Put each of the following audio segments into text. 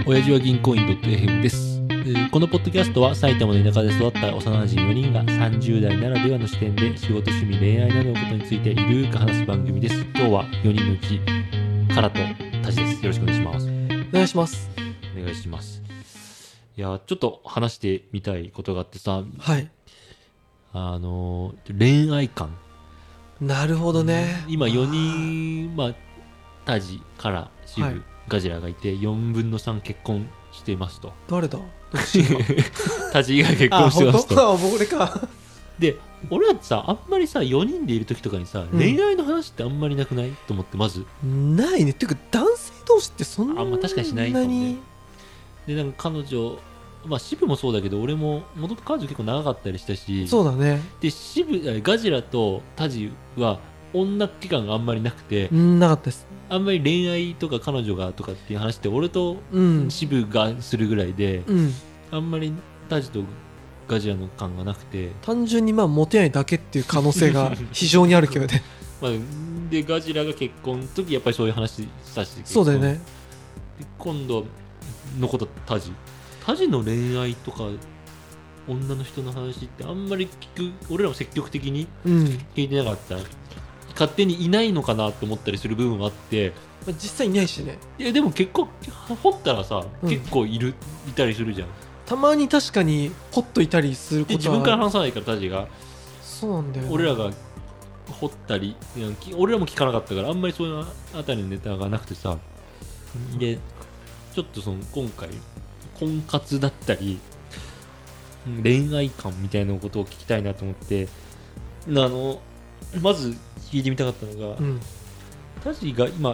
親父は銀行員 .fm です。このポッドキャストは埼玉の田舎で育った幼馴染4人が30代ならではの視点で仕事、趣味、恋愛などのことについてゆるーく話す番組です。今日は4人のうちカラとタジです。よろしくお願いします。 お願いします。 お願いします。いやちょっと話してみたいことがあってさ、 はい。 恋愛観。 なるほどね。 今4人タジ、カラ、シブ、はい、ガジラがいて4分の3結婚していますと。 誰だタジが結婚してますと。 俺か。で俺はさ、あんまりさ4人でいる時とかにさ、恋愛の話ってあんまりなくないと思って。まずないね。っていうか男性同士ってそんなに確かにしないかもね。でなんか彼女、シブもそうだけど俺も元々彼女結構長かったりしたし。 そうだね。 でガジラとタジは女期間があんまりなくて、 なかったです。 あんまり恋愛とか彼女がとかっていう話って俺とシブがするぐらいで、あんまりタジとガジラの感がなくて、 単純にモテないだけっていう可能性が非常にあるけどね。 でガジラが結婚の時やっぱりそういう話したし、 そうだよね。 で今度のことタジの恋愛とか女の人の話ってあんまり俺らも積極的に聞いてなかった、勝手にいないのかなと思ったりする部分もあって、 実際いないしね。 いやでも結構掘ったらさ、結構いたりするじゃん。 たまに確かにポッといたりすることは。 自分から話さないからタジが。 そうなんだよ、ね。 俺らが掘ったり、俺らも聞かなかったからあんまりそういうあたりのネタがなくてさ、でちょっとその今回婚活だったり恋愛観みたいなことを聞きたいなと思って、まず聞いてみたかったのが、タジが今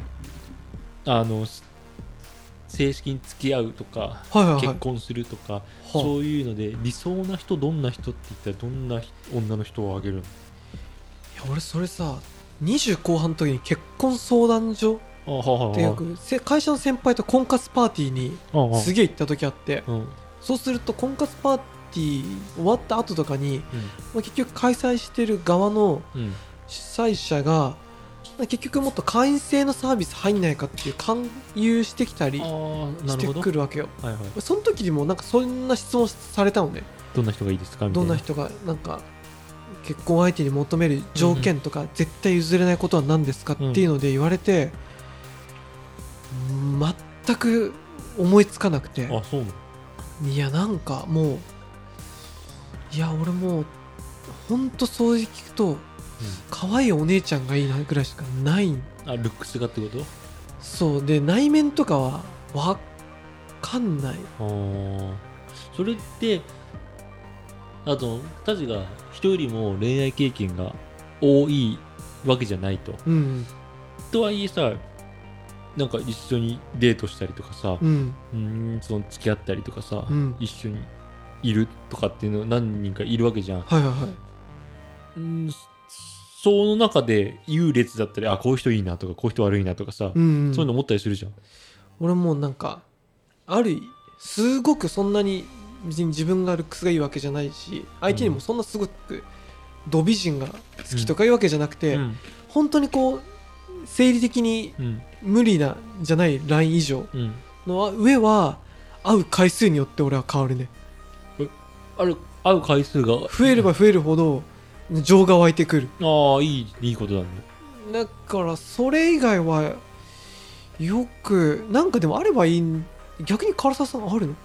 正式に付き合うとか、結婚するとか、そういうので理想な人どんな人って言ったらどんな女の人を挙げるの？いや俺それさ、20後半の時に結婚相談所っていう会社の先輩と婚活パーティーにすげえ行った時あって、そうすると婚活パーティー終わった後とかに、結局開催してる側の主催者が結局もっと会員制のサービス入んないかっていう勧誘してきたりしてくるわけよ。その時にもそんな質問されたのね。 どんな人がいいですかみたいな。 どんな人が結婚相手に求める条件とか、絶対譲れないことは何ですかっていうので言われて、全く思いつかなくて。 あ、そうなの？ いやもう俺もうほんとそう聞くと、可愛いお姉ちゃんがいいなぐらいしかない。 ルックスがってこと？ そうで、内面とかは分かんない。 それってあとタジが人よりも恋愛経験が多いわけじゃないと、とはいえさ、一緒にデートしたりとかさ、その付き合ったりとかさ、一緒にいるとかっていうの何人かいるわけじゃん。その中で優劣だったり、こういう人いいなとかこういう人悪いなとかさ、そういうの思ったりするじゃん。 俺もすごくそんなに別に自分がルックスがいいわけじゃないし、相手にもそんなすごくド美人が好きとかいうわけじゃなくて、本当に生理的に無理なじゃないライン以上の上は会う回数によって俺は変わるね。 会う回数が増えれば増えるほど情が湧いてくる。 いいことだね。 だからそれ以外はよくでもあればいい。逆に唐沢さんあるの？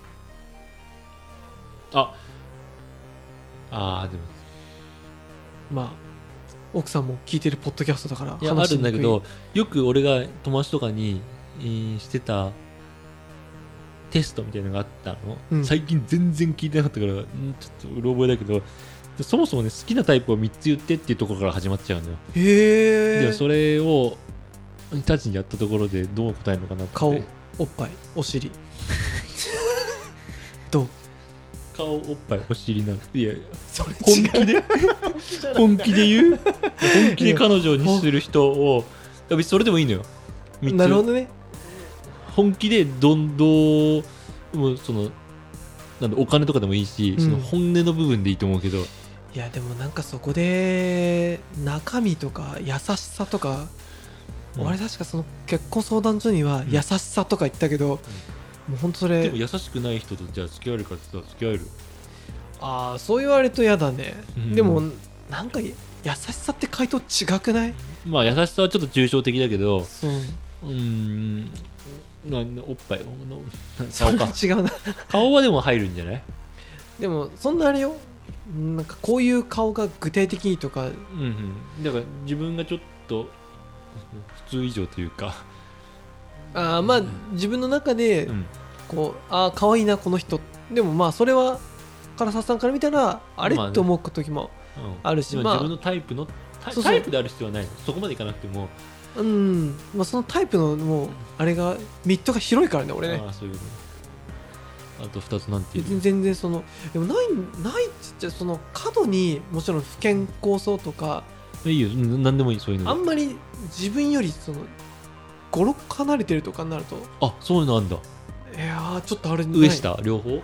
でも奥さんも聞いてるポッドキャストだからあるんだけど、よく俺が友達とかに、してたテストみたいなのがあったの、最近全然聞いてなかったから、ちょっとうろ覚えだけど、そもそもね、好きなタイプを3つ言ってっていうところから始まっちゃうのよ。でもそれをタチにやったところでどう答えるのかなって。 顔、おっぱい、お尻どう？ 顔、おっぱい、お尻なんて。いや、本気で言う本気で彼女にする人を、別にそれでもいいのよ。 なるほどね。 本気でもうお金とかでもいいし、その本音の部分でいいと思うけど。 いやでもそこで中身とか優しさとか、俺確かその結婚相談所には優しさとか言ったけど、 もう本当それでも優しくない人とじゃあ付き合えるかって言ったら付き合える。 ああそう言われると嫌だね、でもなんか優しさって回答違くない？ まあ優しさはちょっと抽象的だけど、 そうおっぱいそれは違うな顔はでも入るんじゃない？ でもそんなあれよ、なんかこういう顔が具体的にとか、 だから自分がちょっと普通以上というか、 まあ自分の中でこう可愛いなこの人、でもまあそれは唐沢さんから見たらあれって思う時もあるし、 自分のタイプのタイプである必要はない、そこまでいかなくても、 そのタイプのもうあれがミットが広いからね俺ね。 そういうの。あと2つなんていう。 全然でもないっつっちゃその過度にもちろん不健康そうとかいいよ、何でもいい、そういうの。 あんまり自分よりその5、6個離れてるとかになると、 そういうのあんだ。 いやちょっとあれ上下両方？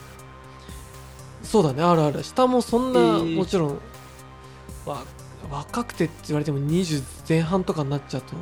そうだね、あるある。下もそんな、もちろん若くてって言われても20前半とかになっちゃうと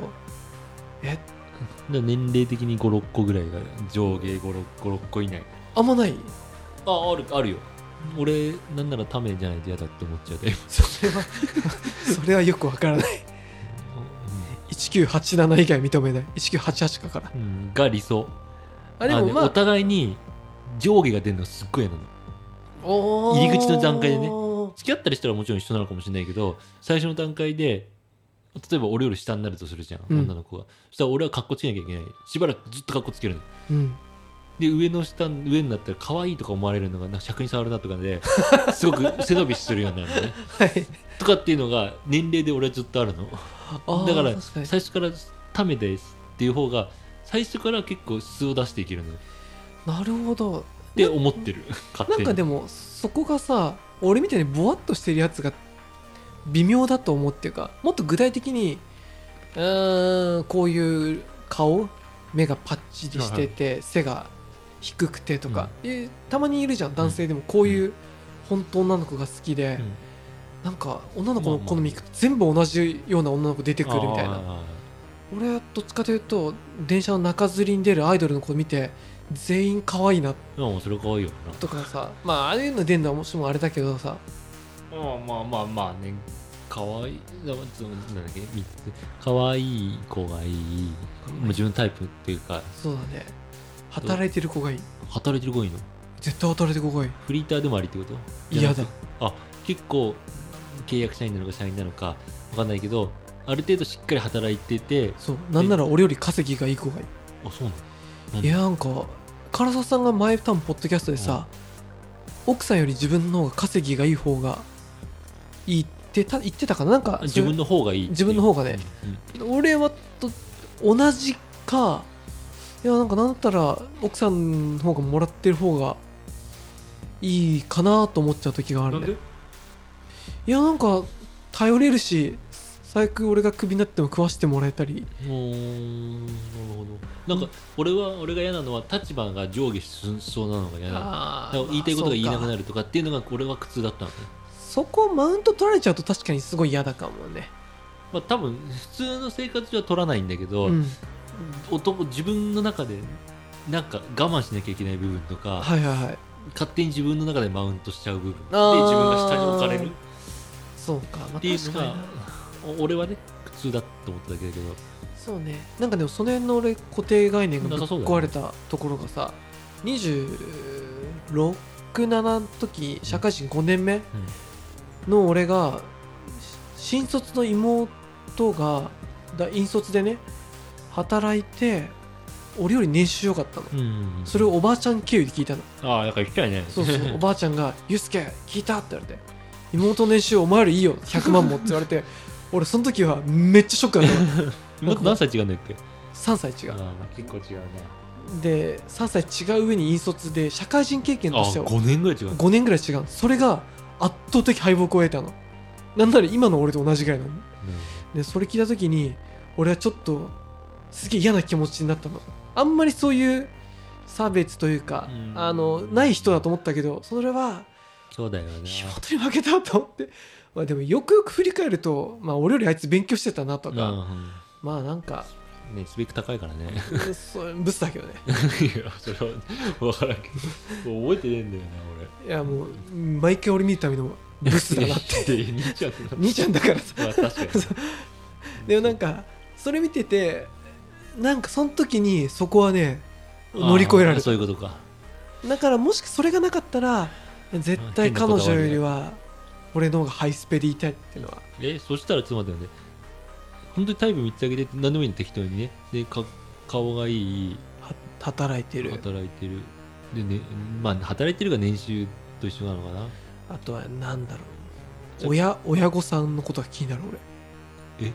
年齢的に5、6個ぐらいが上下5、6個以内。 あんまない？ あるよ。俺なんならためじゃないと嫌だって思っちゃうタイプ。 それはよくわからない。1987以外認めない。1988かから、 が理想。 でもお互いに上下が出るのすっごい嫌なの。入り口の段階でね、付き合ったりしたらもちろん一緒なのかもしれないけど、最初の段階で例えば俺より下になるとするじゃん、女の子が。そしたら俺はカッコつけなきゃいけない。しばらくずっとカッコつけるの、で上になったら可愛いとか思われるのがなんか尺に触るなとかですごく背伸びするようになるのね、とかっていうのが年齢で俺はずっとあるの。だから最初からためですっていう方が最初から結構素を出していけるの。 なるほどって思ってる。 なんかでもそこがさ、俺みたいにボワッとしてるやつが微妙だと思うっていうか、もっと具体的にこういう顔、目がパッチリしてて、背が低くてとか、たまにいるじゃん男性でもこういう本当女の子が好きで、なんか女の子の好み全部同じような女の子出てくるみたいな。俺はどっちかというと電車の中吊りに出るアイドルの子見て全員可愛いなそれ可愛いよなとかさ、ああいうの出るのはもちろんあれだけどさ、 まあね、可愛いなんだっけ、3つ可愛い子がいい、自分のタイプっていうか。 そうだね、働いてる子がいい。 働いてる子がいいの？ 絶対働いてる子がいい。 フリーターでもありってこと？ 嫌だ。 結構契約社員なのか社員なのか分かんないけど、ある程度しっかり働いてて、 なんなら俺より稼ぎがいい子がいい。 そうなの？ いやなんか唐沢さんが前多分ポッドキャストでさ、奥さんより自分の方が稼ぎがいい方がいいって言ってたかな。なんか自分の方がいい。 自分の方がね、俺は同じか、いやなんかなんだったら奥さんの方がもらってる方がいいかなと思っちゃう時があるね。いやなんか頼れるし、最悪俺がクビになっても食わしてもらえたり。 なるほど。なんか俺が嫌なのは立場が上下しそうなのが嫌だ。言いたいことが言えなくなるとかっていうのが俺は苦痛だったのね。 そこマウント取られちゃうと確かにすごい嫌だかもね。 多分普通の生活じゃ取らないんだけど、自分の中でなんか我慢しなきゃいけない部分とか、勝手に自分の中でマウントしちゃう部分で自分が下に置かれる。 そうか、 っていうのが俺はね苦痛だと思っただけだけど。 そうね、なんかでもその辺の俺固定概念がぶっ壊れたところがさ、26、7の時社会人5年目の俺が新卒の妹が引率でね働いて、俺より年収良かったの、それをおばあちゃん経由で聞いたの。 だから聞きたいね。 そうおばあちゃんが「ユースケ聞いた?」って言われて「妹の年収お前よりいいよ100万も」って言われて俺その時はめっちゃショックだったの。 妹何歳違うんだっけ ？3歳違う。 結構違うね。 で3歳違う上に引率で社会人経験としては 5年ぐらい違う。 5年ぐらい違う。それが圧倒的敗北を得たの。なんなら今の俺と同じぐらいなの、でそれ聞いた時に俺はちょっとすげえ嫌な気持ちになったの。あんまりそういう差別というか、ない人だと思ったけど、それはそうだよね、 妹に負けたと思って、でもよくよく振り返ると、俺よりあいつ勉強してたなとか、なんかねスペック高いからねブスだけどねいやそれは分からんけど覚えてねえんだよな俺。いやもう毎回俺見るたびのブスだなって兄ちゃんだからさ、まあ、確かにでもなんかそれ見ててなんかその時にそこはね乗り越えられた。 そういうことか。 だからもしそれがなかったら絶対彼女よりは俺の方がハイスペでいたいっていうのは。 そしたらちょっと待ってよね、本当にタイプ3つあげて何でもいいの適当にね。で顔がいい、 働いてるで、ね、まあ働いてるが年収と一緒なのかな。 あとはなんだろう、親御さんのことが気になる俺。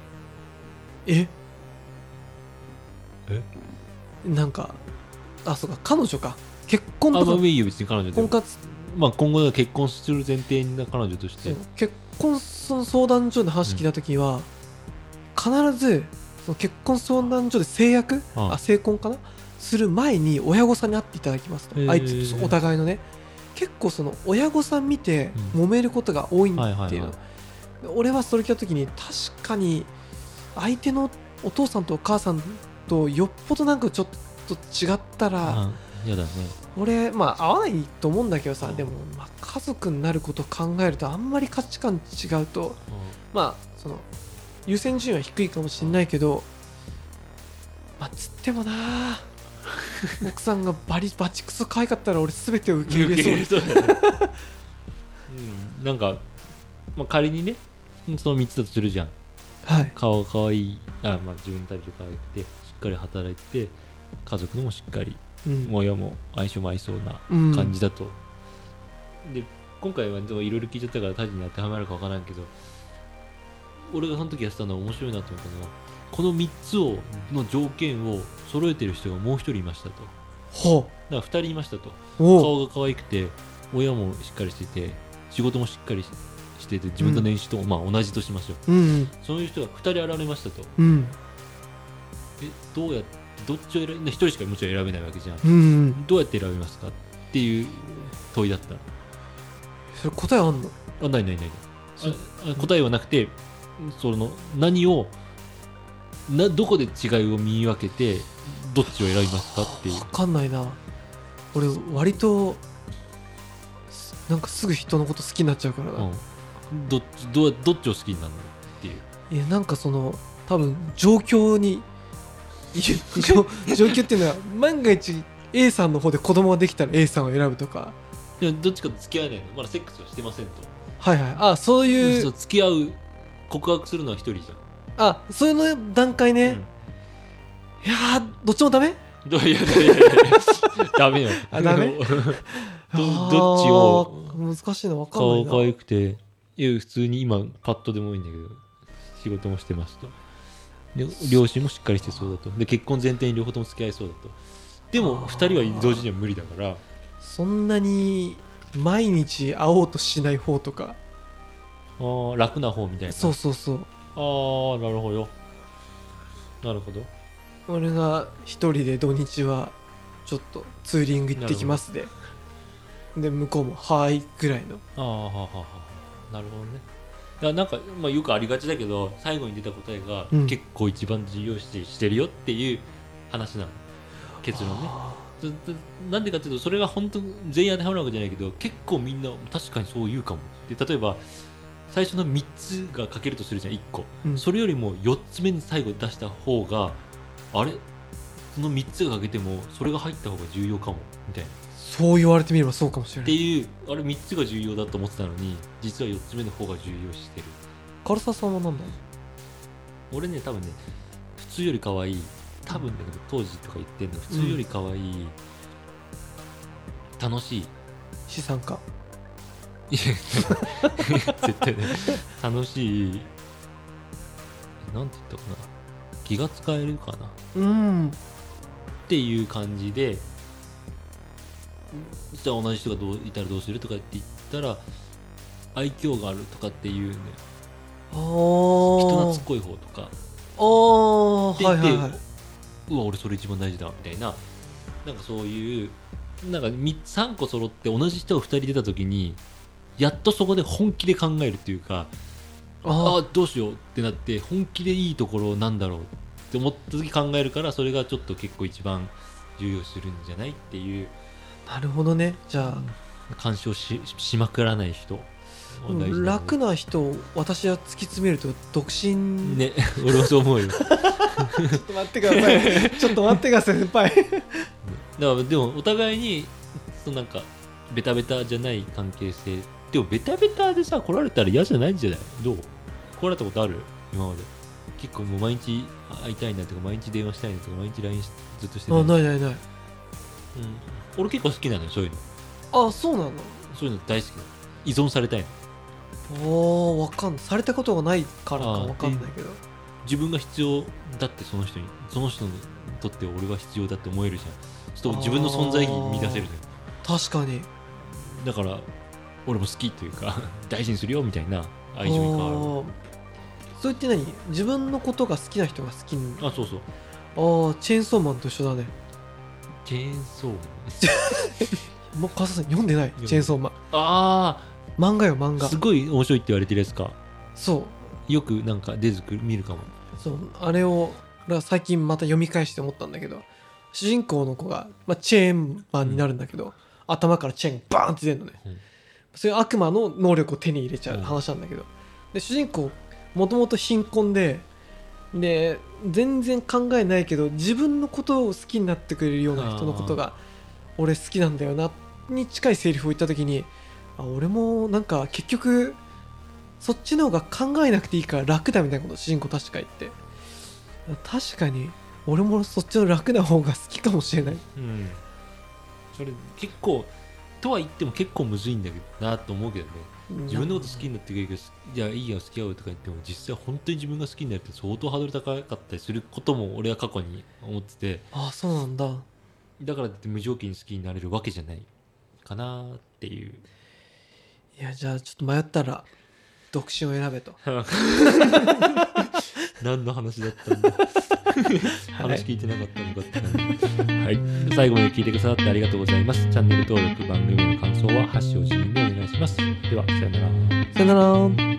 なんかそうか彼女か結婚とか。 いいよ別に彼女で婚活、まあ今後結婚する前提な彼女として結婚相談所の話聞いた時は、必ずその結婚相談所で成婚かなする前に親御さんに会っていただきますと、あいつお互いのね。結構その親御さん見て揉めることが多いっていうの、俺はそれ聞いた時に確かに相手のお父さんとお母さんとよっぽどなんかちょっと違ったら嫌だね。 俺まあ合わないと思うんだけどさ、でもまあ家族になることを考えるとあんまり価値観違うと、まあその優先順位は低いかもしれないけど、まあつってもな奥さんがバチクソ可愛かったら俺全てを受け入れそうだねなんか、まあ、仮にねその3つだとするじゃん。顔が可愛い、まあ自分たちが可愛くてしっかり働いて家族のもしっかり、親も相性も合いそうな感じだと、で今回はいろいろ聞いちゃったからタジに当てはまるか分からんけど、俺がその時やってたのは面白いなと思ったのは、この3つの条件を揃えてる人がもう1人いましたと。だから2人いましたと。顔が可愛くて親もしっかりしてて仕事もしっかりしてて自分の年収ともまあ同じとしましょう、そういう人が2人現れましたと、どうやってどっちを選べ、1人しかもちろん選べないわけじゃん、どうやって選びますかっていう問いだった。 それ答えあんの？ ない答えはなくて、その何をどこで違いを見分けてどっちを選びますかっていう。 分かんないな俺。割となんかすぐ人のこと好きになっちゃうからな、 どっちを好きになるのっていう。 いやなんかその多分状況に状況っていうのは万が一 A さんの方で子供ができたら A さんを選ぶとか。 いやどっちかと付き合えないの、まだセックスはしてませんと。そういう付き合う告白するのは1人じゃん。そういうの段階ね、いやどっちもダメ？ いやダメよダメどっちを。 難しいの分かんないな。 顔可愛くて普通に今パッとでもいいんだけど仕事もしてますと、で両親もしっかりしてそうだと、で結婚前提に両方とも付き合いそうだと。でも2人は同時には無理だから。 そんなに毎日会おうとしない方とか。 楽な方みたいな。 そう。 なるほど。 俺が一人で土日はちょっとツーリング行ってきますで向こうもはいぐらいの。 なるほどね。だからなんか、まあ、よくありがちだけど最後に出た答えが、結構一番重要視してるよっていう話なの、結論ね。なんでかっていうとそれが本当全員当てはまるわけじゃないけど結構みんな確かにそう言うかもで、例えば最初の3つが書けるとするじゃん1個、それよりも4つ目に最後出した方があれその3つが書けてもそれが入った方が重要かもみたいな。 そう言われてみればそうかもしれないっていう、あれ3つが重要だと思ってたのに実は4つ目の方が重要視してる。 唐沢さんは何だ？ 俺ね多分ね普通より可愛い、多分だけど当時とか言ってんの普通より可愛い、楽しい資産家絶対ね楽しい、なんて言ったかな、気が使えるかな、っていう感じで、じゃあ同じ人がいたらどうするとかって言ったら愛嬌があるとかっていうね、人懐っこい方とかって言って、うわ俺それ一番大事だみたいな、なんかそういうなんか3個揃って同じ人が2人出た時にやっとそこで本気で考えるっていうか、どうしようってなって本気でいいところなんだろうっって思った時考えるから、それがちょっと結構一番重要するんじゃないっていう。 なるほどね。じゃあ干渉 しまくらない人、 楽な人を私は突き詰めると独身ね。俺もそう思うよ。 ちょっと待ってくださいちょっと待ってください先輩だからでもお互いになんかベタベタじゃない関係性でもベタベタでさ来られたら嫌じゃないんじゃない？どう？来られたことある？今まで結構もう毎日会いたいなとか毎日電話したいなとか毎日 LINE ずっとしてた。 ない、 俺結構好きなのよそういうの。 そうなの？ そういうの大好きなの。依存されたいの。わかんない。されたことがないからかわかんないけど、 自分が必要だってその人にとって俺は必要だって思えるじゃん。ちょっと自分の存在意義満たせるじゃん。確かに。 だから俺も好きというか大事にするよみたいな愛情に変わる。 それって何？自分のことが好きな人が好きに。 そうそう。 チェーンソーマンと一緒だね。 チェーンソーマンもう川崎さん読んでない？チェーンソーマン。漫画よ漫画。 すごい面白いって言われてるやつか。 そう。 よくなんか出てくる見るかも。 そう、あれを最近また読み返して思ったんだけど、主人公の子が、チェーンマンになるんだけど、頭からチェーンがバーンって出るのね、そういう悪魔の能力を手に入れちゃう話なんだけど、で主人公もともと貧困で全然考えないけど自分のことを好きになってくれるような人のことが俺好きなんだよなに近いセリフを言った時に、俺もなんか結局そっちの方が考えなくていいから楽だみたいなことを主人公確か言って、確かに俺もそっちの楽な方が好きかもしれない。 それ結構とは言っても結構むずいんだけどなと思うけどね。自分のこと好きになってくれるけど、じゃあいいよ付き合うとか言っても実際本当に自分が好きになるって相当ハードル高かったりすることも俺は過去に思ってて。 そうなんだ。 だからって無条件に好きになれるわけじゃないかなっていう。 いやじゃあちょっと迷ったら独身を選べと何の話だったんだ話聞いてなかったのかってはい、最後まで聞いてくださってありがとうございます。チャンネル登録、番組の感想はハッシュを自由にお願いします。ではさよなら。 さよなら。